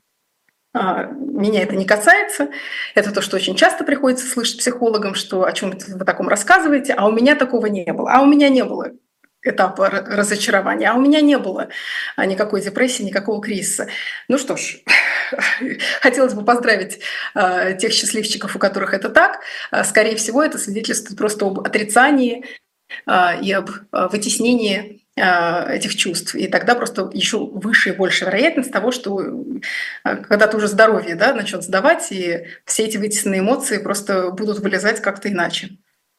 а, меня это не касается, это то, что очень часто приходится слышать психологам, что о чем вы таком рассказываете, а у меня такого не было, а у меня не было этапа р- разочарования, а у меня не было а, никакой депрессии, никакого кризиса. Ну что ж, хотелось бы поздравить а, тех счастливчиков, у которых это так. А, Скорее всего, это свидетельствует просто об отрицании а, и об а, вытеснении а, этих чувств. И тогда просто еще выше и больше вероятность того, что а, когда ты уже здоровье, да, начнет сдавать, и все эти вытесненные эмоции просто будут вылезать как-то иначе.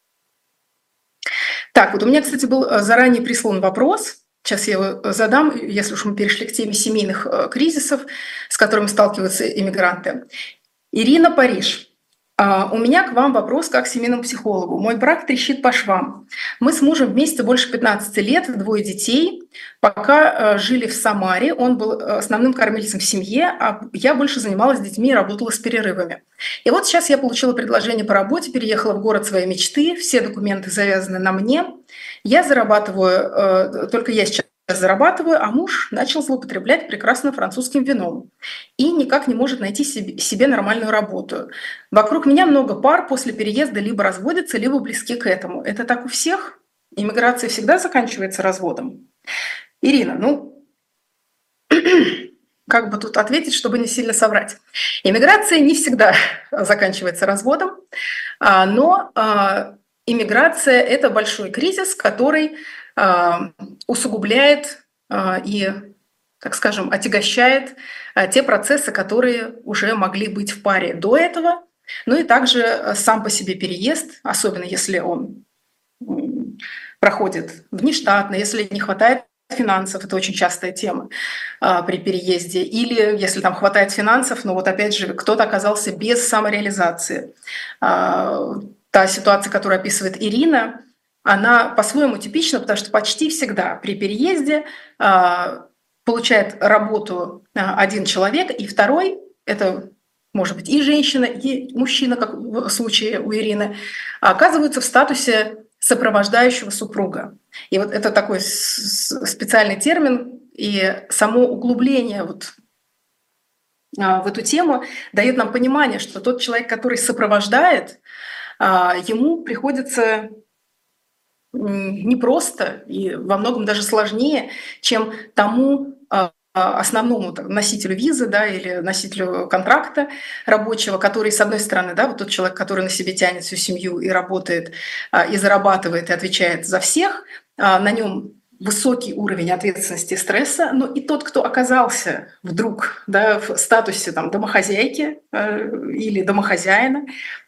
Так, вот у меня, кстати, был э, заранее прислан вопрос. Сейчас я его задам, если уж мы перешли к теме семейных э, кризисов, с которыми сталкиваются иммигранты. Ирина, Париж. А, У меня к вам вопрос как к семейному психологу. Мой брак трещит по швам. Мы с мужем вместе больше пятнадцати лет, двое детей. Пока э, жили в Самаре, он был э, основным кормильцем в семье, а я больше занималась детьми и работала с перерывами. И вот сейчас я получила предложение по работе, переехала в город своей мечты, все документы завязаны на мне. Я зарабатываю, э, только я сейчас зарабатываю, а муж начал злоупотреблять прекрасным французским вином и никак не может найти себе, себе нормальную работу. Вокруг меня много пар после переезда либо разводятся, либо близки к этому. Это так у всех? Иммиграция всегда заканчивается разводом? Ирина, ну, как бы тут ответить, чтобы не сильно соврать. Иммиграция не всегда заканчивается разводом, а, но а, иммиграция — это большой кризис, который а, усугубляет а, и, так скажем, отягощает а, те процессы, которые уже могли быть в паре до этого. Ну и также а, сам по себе переезд, особенно если он м, проходит внештатно, если не хватает финансов, это очень частая тема а, при переезде, или если там хватает финансов, но вот опять же кто-то оказался без самореализации. А, та ситуация, которую описывает Ирина, она по-своему типична, потому что почти всегда при переезде а, получает работу а, один человек, и второй — это может быть и женщина, и мужчина, как в случае у Ирины, оказываются в статусе сопровождающего супруга. И вот это такой специальный термин, и само углубление вот в эту тему, дает нам понимание, что тот человек, который сопровождает, ему приходится непросто и во многом даже сложнее, чем тому основному носителю визы, да, или носителю контракта рабочего, который, с одной стороны, да, вот тот человек, который на себе тянет всю семью и работает, и зарабатывает, и отвечает за всех, на нем высокий уровень ответственности и стресса, но и тот, кто оказался вдруг, да, в статусе там, домохозяйки э, или домохозяина,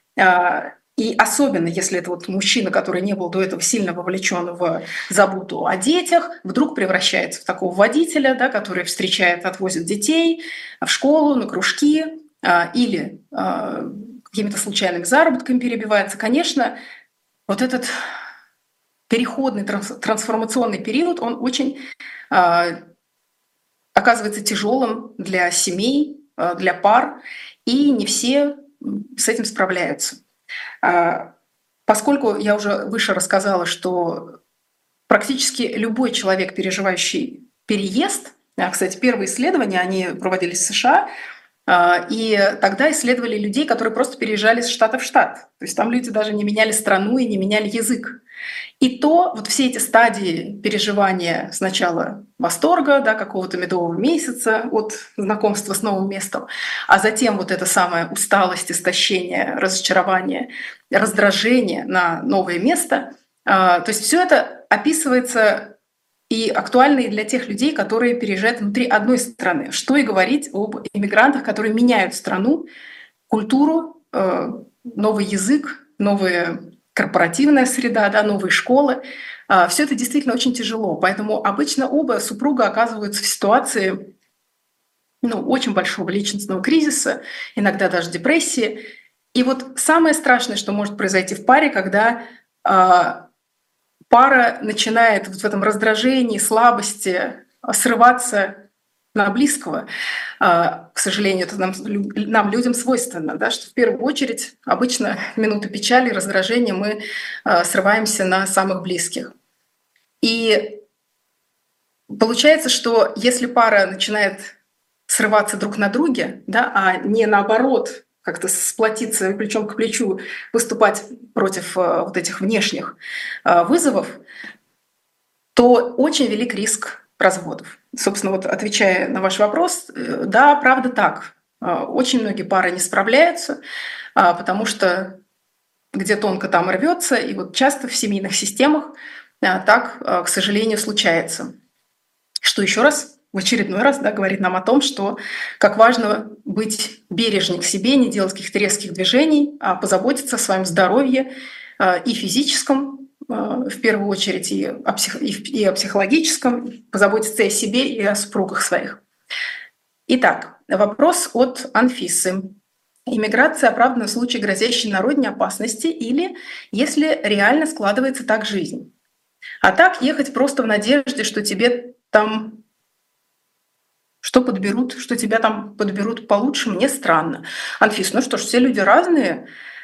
э, и особенно если это вот мужчина, который не был до этого сильно вовлечен в заботу о детях, вдруг превращается в такого водителя, да, который встречает, отвозит детей в школу, на кружки э, или э, какими-то случайными заработками перебивается, конечно, вот этот переходный трансформационный период, он очень э, оказывается тяжелым для семей, э, для пар, и не все с этим справляются. Э, поскольку я уже выше рассказала, что практически любой человек, переживающий переезд, э, кстати, первые исследования, они проводились в США, э, и тогда исследовали людей, которые просто переезжали с штата в штат. То есть там люди даже не меняли страну и не меняли язык. И то вот все эти стадии переживания сначала восторга, да, какого-то медового месяца от знакомства с новым местом, а затем вот эта самая усталость, истощение, разочарование, раздражение на новое место. То есть все это описывается и актуально и для тех людей, которые переезжают внутри одной страны. Что и говорить об иммигрантах, которые меняют страну, культуру, новый язык, новые корпоративная среда, да, новые школы. Все это действительно очень тяжело. Поэтому обычно оба супруга оказываются в ситуации ну, очень большого личностного кризиса, иногда даже депрессии. И вот самое страшное, что может произойти в паре, когда э, пара начинает вот в этом раздражении, слабости срываться на близкого. К сожалению, это нам, нам людям свойственно, да, что в первую очередь обычно в минуты печали, раздражения мы срываемся на самых близких. И получается, что если пара начинает срываться друг на друге, да, а не наоборот как-то сплотиться плечом к плечу, выступать против вот этих внешних вызовов, то очень велик риск разводов. Собственно, вот отвечая на ваш вопрос, да, правда так. Очень многие пары не справляются, потому что где тонко там рвется, и вот часто в семейных системах так, к сожалению, случается. Что еще раз, в очередной раз, да, говорит нам о том, что как важно быть бережнее к себе, не делать каких-то резких движений, а позаботиться о своем здоровье и физическом, в первую очередь, и о, псих... и о психологическом, позаботиться о себе и о супругах своих. Итак, вопрос от Анфисы. Иммиграция оправдана в случае грозящей на родине опасности или если реально складывается так жизнь. А так ехать просто в надежде, что тебе там что подберут, что тебя там подберут получше, мне странно. Анфис, ну что ж, все люди разные.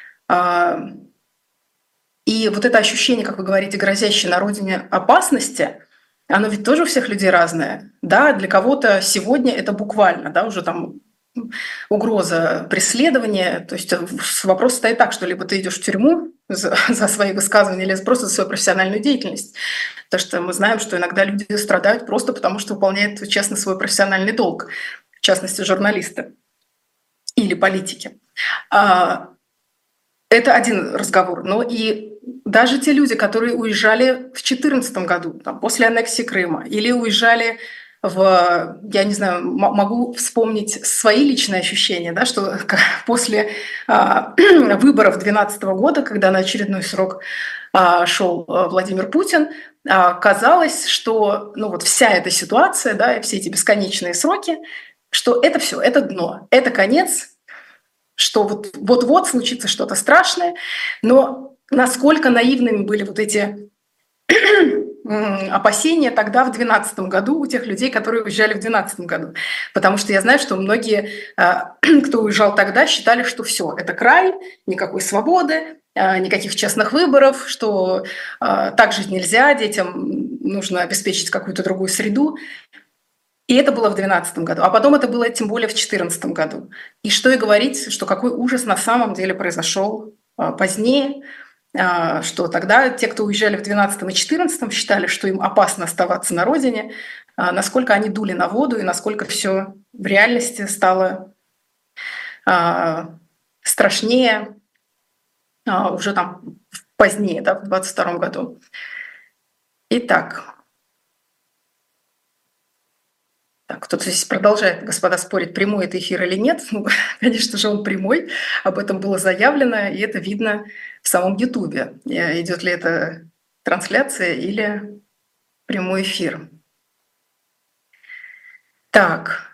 И вот это ощущение, как вы говорите, грозящей на родине опасности, оно ведь тоже у всех людей разное. Да, для кого-то сегодня это буквально, да, уже там угроза преследования. То есть вопрос стоит так, что либо ты идешь в тюрьму за, за свои высказывания, или просто за свою профессиональную деятельность. Потому что мы знаем, что иногда люди страдают просто потому, что выполняют честно свой профессиональный долг, в частности, журналисты или политики. Это один разговор. Но и даже те люди, которые уезжали в две тысячи четырнадцатом году, там, после аннексии Крыма, или уезжали в, я не знаю, могу вспомнить свои личные ощущения, да, что после а, выборов две тысячи двенадцатого года, когда на очередной срок а, шел Владимир Путин, а, казалось, что ну, вот вся эта ситуация, да, и все эти бесконечные сроки, что это все, это дно, это конец, что вот, вот-вот случится что-то страшное, но насколько наивными были вот эти опасения тогда, в две тысячи двенадцатом году, у тех людей, которые уезжали в две тысячи двенадцатом году. Потому что я знаю, что многие, кто уезжал тогда, считали, что все, это край, никакой свободы, никаких честных выборов, что так жить нельзя, детям нужно обеспечить какую-то другую среду. И это было в две тысячи двенадцатом году, а потом это было тем более в две тысячи четырнадцатом году. И что и говорить, что какой ужас на самом деле произошел а, позднее, а, что тогда те, кто уезжали в две тысячи двенадцатом и две тысячи четырнадцатом, считали, что им опасно оставаться на родине, а, насколько они дули на воду и насколько все в реальности стало а, страшнее а, уже там позднее, да, в двадцать втором году. Итак, так, кто-то здесь продолжает, господа, спорить, прямой это эфир или нет. Ну, конечно же, он прямой, об этом было заявлено, и это видно в самом Ютубе. Идет ли это трансляция или прямой эфир. Так.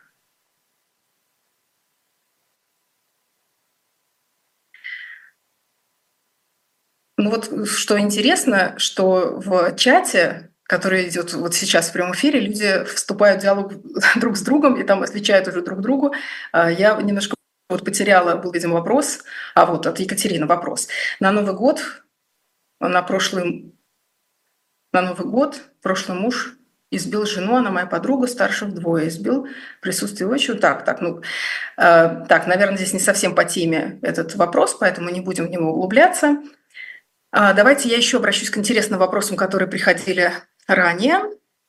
Ну вот что интересно, что в чате, который идет вот сейчас в прямом эфире, люди вступают в диалог друг с другом и там отвечают уже друг другу. А Я немножко вот потеряла, был, видимо, вопрос, а вот от Екатерины вопрос. На Новый год, на прошлый, на Новый год прошлый муж избил жену, она моя подруга, старше вдвое, избил в присутствии отчима. Так, так, ну, э, так, наверное, здесь не совсем по теме этот вопрос, поэтому не будем в него углубляться. А, Давайте я еще обращусь к интересным вопросам, которые приходили ранее.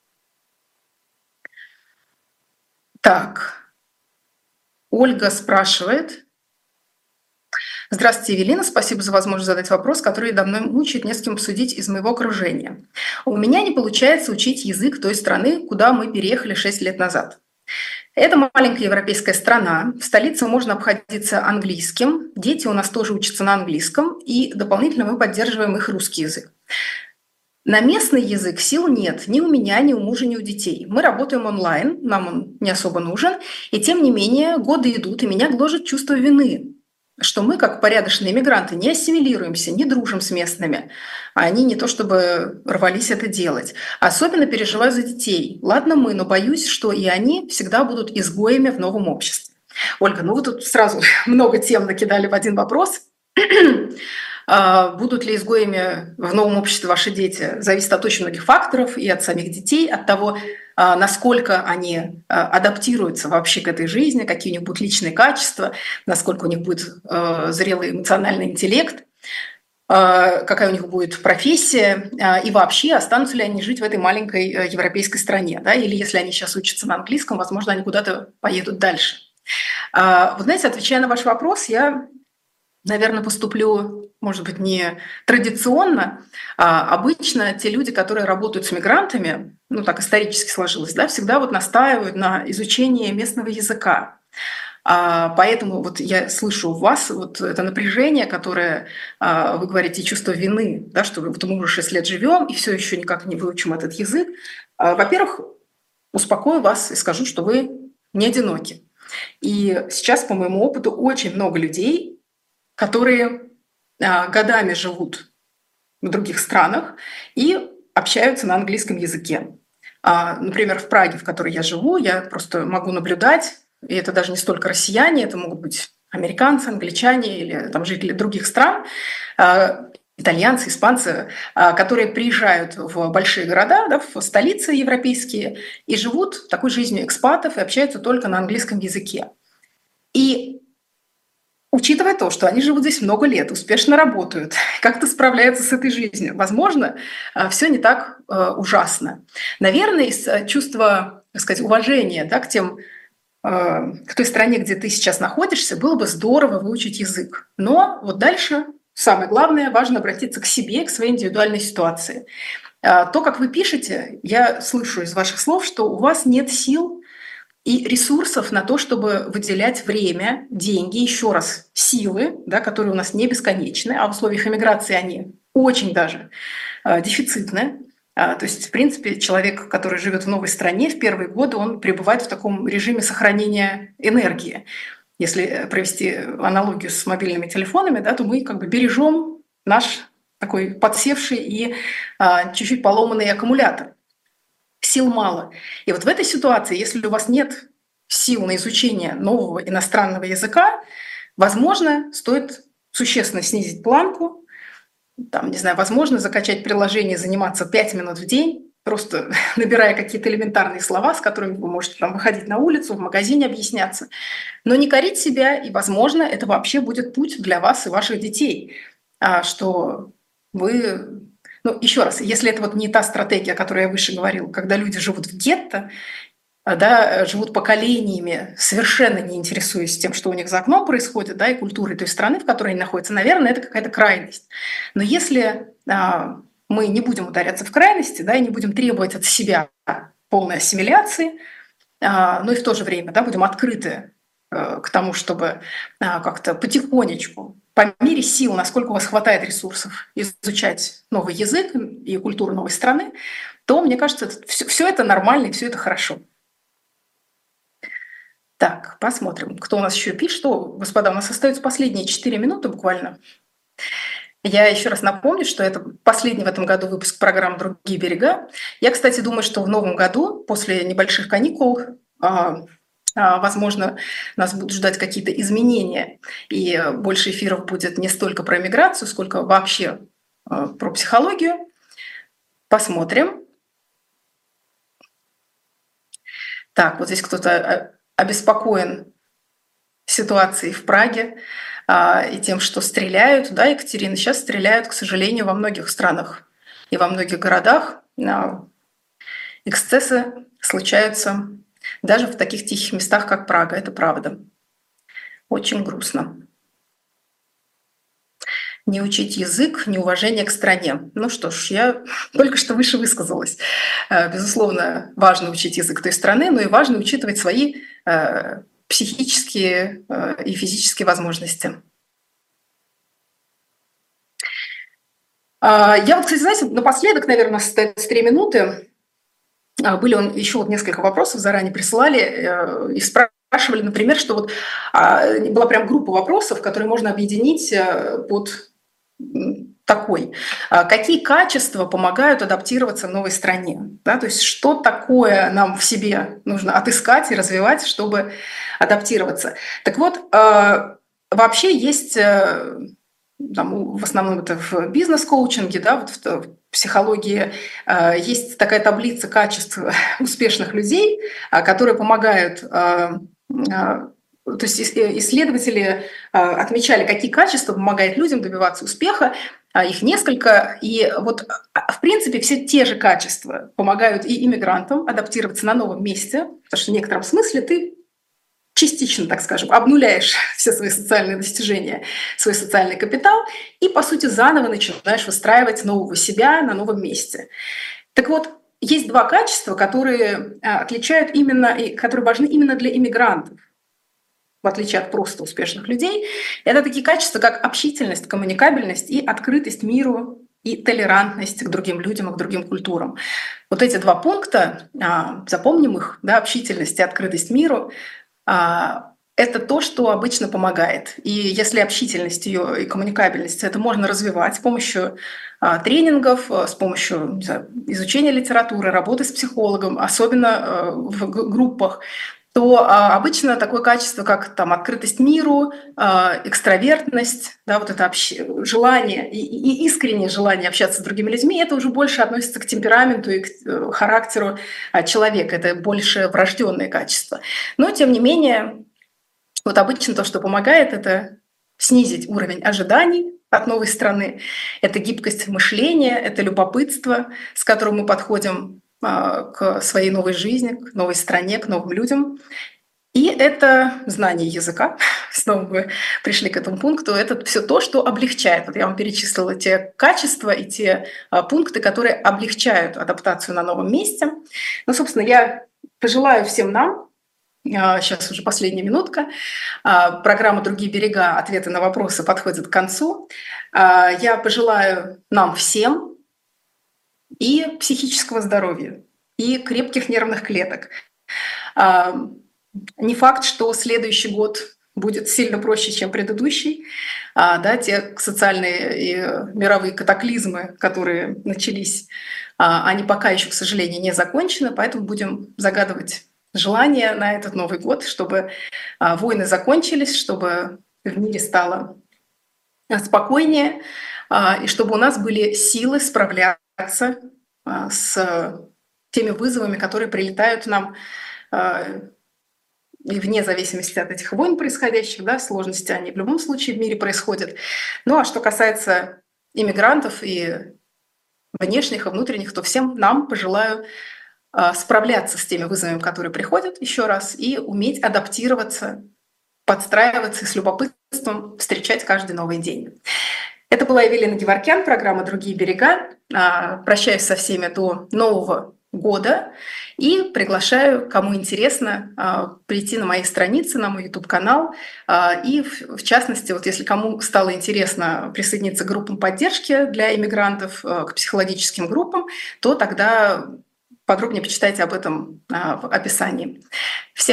Так, Ольга спрашивает. Здравствуйте, Евелина, спасибо за возможность задать вопрос, который давно мучает, не с кем обсудить из моего окружения. У меня не получается учить язык той страны, куда мы переехали шесть лет назад. Это маленькая европейская страна. В столице можно обходиться английским. Дети у нас тоже учатся на английском. И дополнительно мы поддерживаем их русский язык. На местный язык сил нет ни у меня, ни у мужа, ни у детей. Мы работаем онлайн, нам он не особо нужен. И тем не менее годы идут, и меня гложет чувство вины, что мы, как порядочные мигранты, не ассимилируемся, не дружим с местными. А они не то чтобы рвались это делать. Особенно переживаю за детей. Ладно мы, но боюсь, что и они всегда будут изгоями в новом обществе. Ольга, ну вы тут сразу много тем накидали в один вопрос. А Будут ли изгоями в новом обществе ваши дети, зависит от очень многих факторов, и от самих детей, от того, а, насколько они а, адаптируются вообще к этой жизни, какие у них будут личные качества, насколько у них будет а, зрелый эмоциональный интеллект, а, какая у них будет профессия, а, и вообще останутся ли они жить в этой маленькой э, европейской стране, да, или если они сейчас учатся на английском, возможно, они куда-то поедут дальше. А, Вы знаете, отвечая на ваш вопрос, я, наверное, поступлю, может быть, не традиционно. А обычно те люди, которые работают с мигрантами, ну так исторически сложилось, да, всегда вот настаивают на изучении местного языка. А, Поэтому вот я слышу у вас вот это напряжение, которое а, вы говорите, чувство вины, да, что вот мы уже шесть лет живем и все еще никак не выучим этот язык. А, Во-первых, успокою вас и скажу, что вы не одиноки. И сейчас, по моему опыту, очень много людей, которые а, годами живут в других странах и общаются на английском языке. А, Например, в Праге, в которой я живу, я просто могу наблюдать, и это даже не столько россияне, это могут быть американцы, англичане или там, жители других стран, а, итальянцы, испанцы, а, которые приезжают в большие города, да, в столицы европейские, и живут такой жизнью экспатов и общаются только на английском языке. И учитывая то, что они живут здесь много лет, успешно работают, как-то справляются с этой жизнью, возможно, все не так э, ужасно. Наверное, из э, чувства, так сказать, уважения, да, к тем, э, к той стране, где ты сейчас находишься, было бы здорово выучить язык. Но вот дальше самое главное, важно обратиться к себе, к своей индивидуальной ситуации. Э, То, как вы пишете, я слышу из ваших слов, что у вас нет сил и ресурсов на то, чтобы выделять время, деньги, еще раз, силы, да, которые у нас не бесконечны, а в условиях эмиграции они очень даже э, дефицитны. А, то есть, в принципе, человек, который живет в новой стране, в первые годы он пребывает в таком режиме сохранения энергии. Если провести аналогию с мобильными телефонами, да, то мы как бы бережем наш такой подсевший и а, чуть-чуть поломанный аккумулятор. Сил мало. И вот в этой ситуации, если у вас нет сил на изучение нового иностранного языка, возможно, стоит существенно снизить планку, там, не знаю, возможно, закачать приложение, заниматься пять минут в день, просто набирая какие-то элементарные слова, с которыми вы можете там выходить на улицу, в магазине объясняться. Но не корить себя, и, возможно, это вообще будет путь для вас и ваших детей, а, что вы... Ну, еще раз, если это вот не та стратегия, о которой я выше говорила, когда люди живут в гетто, а, да, живут поколениями, совершенно не интересуясь тем, что у них за окном происходит, да, и культурой той страны, в которой они находятся, наверное, это какая-то крайность. Но если а, мы не будем ударяться в крайности, да, и не будем требовать от себя полной ассимиляции, а, но и в то же время, да, будем открыты а, к тому, чтобы а, как-то потихонечку, по мере сил, насколько у вас хватает ресурсов, изучать новый язык и культуру новой страны, то, мне кажется, все, все это нормально и все это хорошо. Так, посмотрим, кто у нас еще пишет. Что, господа, у нас остаются последние четыре минуты буквально. Я еще раз напомню, что это последний в этом году выпуск программы «Другие берега». Я, кстати, думаю, что в новом году, после небольших каникул, а, а, возможно, нас будут ждать какие-то изменения, и больше эфиров будет не столько про миграцию, сколько вообще а, про психологию. Посмотрим. Так, вот здесь кто-то обеспокоен ситуацией в Праге а, и тем, что стреляют. Да, Екатерина, сейчас стреляют, к сожалению, во многих странах и во многих городах. А, эксцессы случаются даже в таких тихих местах, как Прага. Это правда. Очень грустно. Не учить язык, неуважение к стране. Ну что ж, я только что выше высказалась. Безусловно, важно учить язык той страны, но и важно учитывать свои психические и физические возможности. Я вот, кстати, знаете, напоследок, наверное, у нас остается три минуты. Были он, еще вот несколько вопросов заранее присылали и спрашивали, например, что вот была прям группа вопросов, которые можно объединить под такой. Какие качества помогают адаптироваться в новой стране? Да, то есть что такое нам в себе нужно отыскать и развивать, чтобы адаптироваться? Так вот, вообще есть, там, в основном это в бизнес-коучинге, да, вот в психологии есть такая таблица качеств успешных людей, которые помогают... То есть исследователи отмечали, какие качества помогают людям добиваться успеха, их несколько, и вот в принципе все те же качества помогают и иммигрантам адаптироваться на новом месте, потому что в некотором смысле ты частично, так скажем, обнуляешь все свои социальные достижения, свой социальный капитал, и по сути заново начинаешь выстраивать нового себя на новом месте. Так вот, есть два качества, которые отличают именно, и которые важны именно для иммигрантов, в отличие от просто успешных людей. Это такие качества, как общительность, коммуникабельность и открытость миру, и толерантность к другим людям и к другим культурам. Вот эти два пункта, запомним их, да, общительность и открытость миру, это то, что обычно помогает. И если общительность ее и коммуникабельность, это можно развивать с помощью тренингов, с помощью, не знаю, изучения литературы, работы с психологом, особенно в группах, то а, обычно такое качество, как там, открытость миру, а, экстравертность, да, вот это общ... желание и, и искреннее желание общаться с другими людьми, это уже больше относится к темпераменту и к характеру а, человека, это больше врожденные качества. Но, тем не менее, вот обычно то, что помогает, это снизить уровень ожиданий от новой страны, это гибкость мышления, это любопытство, с которым мы подходим к своей новой жизни, к новой стране, к новым людям. И это знание языка. Снова мы пришли к этому пункту. Это все то, что облегчает. Вот я вам перечислила те качества и те пункты, которые облегчают адаптацию на новом месте. Ну, собственно, я пожелаю всем нам, сейчас уже последняя минутка, программа «Другие берега. Ответы на вопросы» подходит к концу. Я пожелаю нам всем и психического здоровья, и крепких нервных клеток. Не факт, что следующий год будет сильно проще, чем предыдущий. Да, те социальные и мировые катаклизмы, которые начались, они пока еще, к сожалению, не закончены, поэтому будем загадывать желания на этот Новый год, чтобы войны закончились, чтобы в мире стало спокойнее, и чтобы у нас были силы справляться с теми вызовами, которые прилетают нам, и вне зависимости от этих войн происходящих, да, сложности, они в любом случае в мире происходят. Ну а что касается иммигрантов и внешних, и внутренних, то всем нам пожелаю справляться с теми вызовами, которые приходят, еще раз, и уметь адаптироваться, подстраиваться и с любопытством встречать каждый новый день. Это была Эвелина Геворкян, программа «Другие берега». Прощаюсь со всеми до Нового года и приглашаю, кому интересно, прийти на мои страницы, на мой YouTube-канал. И, в частности, вот если кому стало интересно присоединиться к группам поддержки для иммигрантов, к психологическим группам, то тогда подробнее почитайте об этом в описании. Всем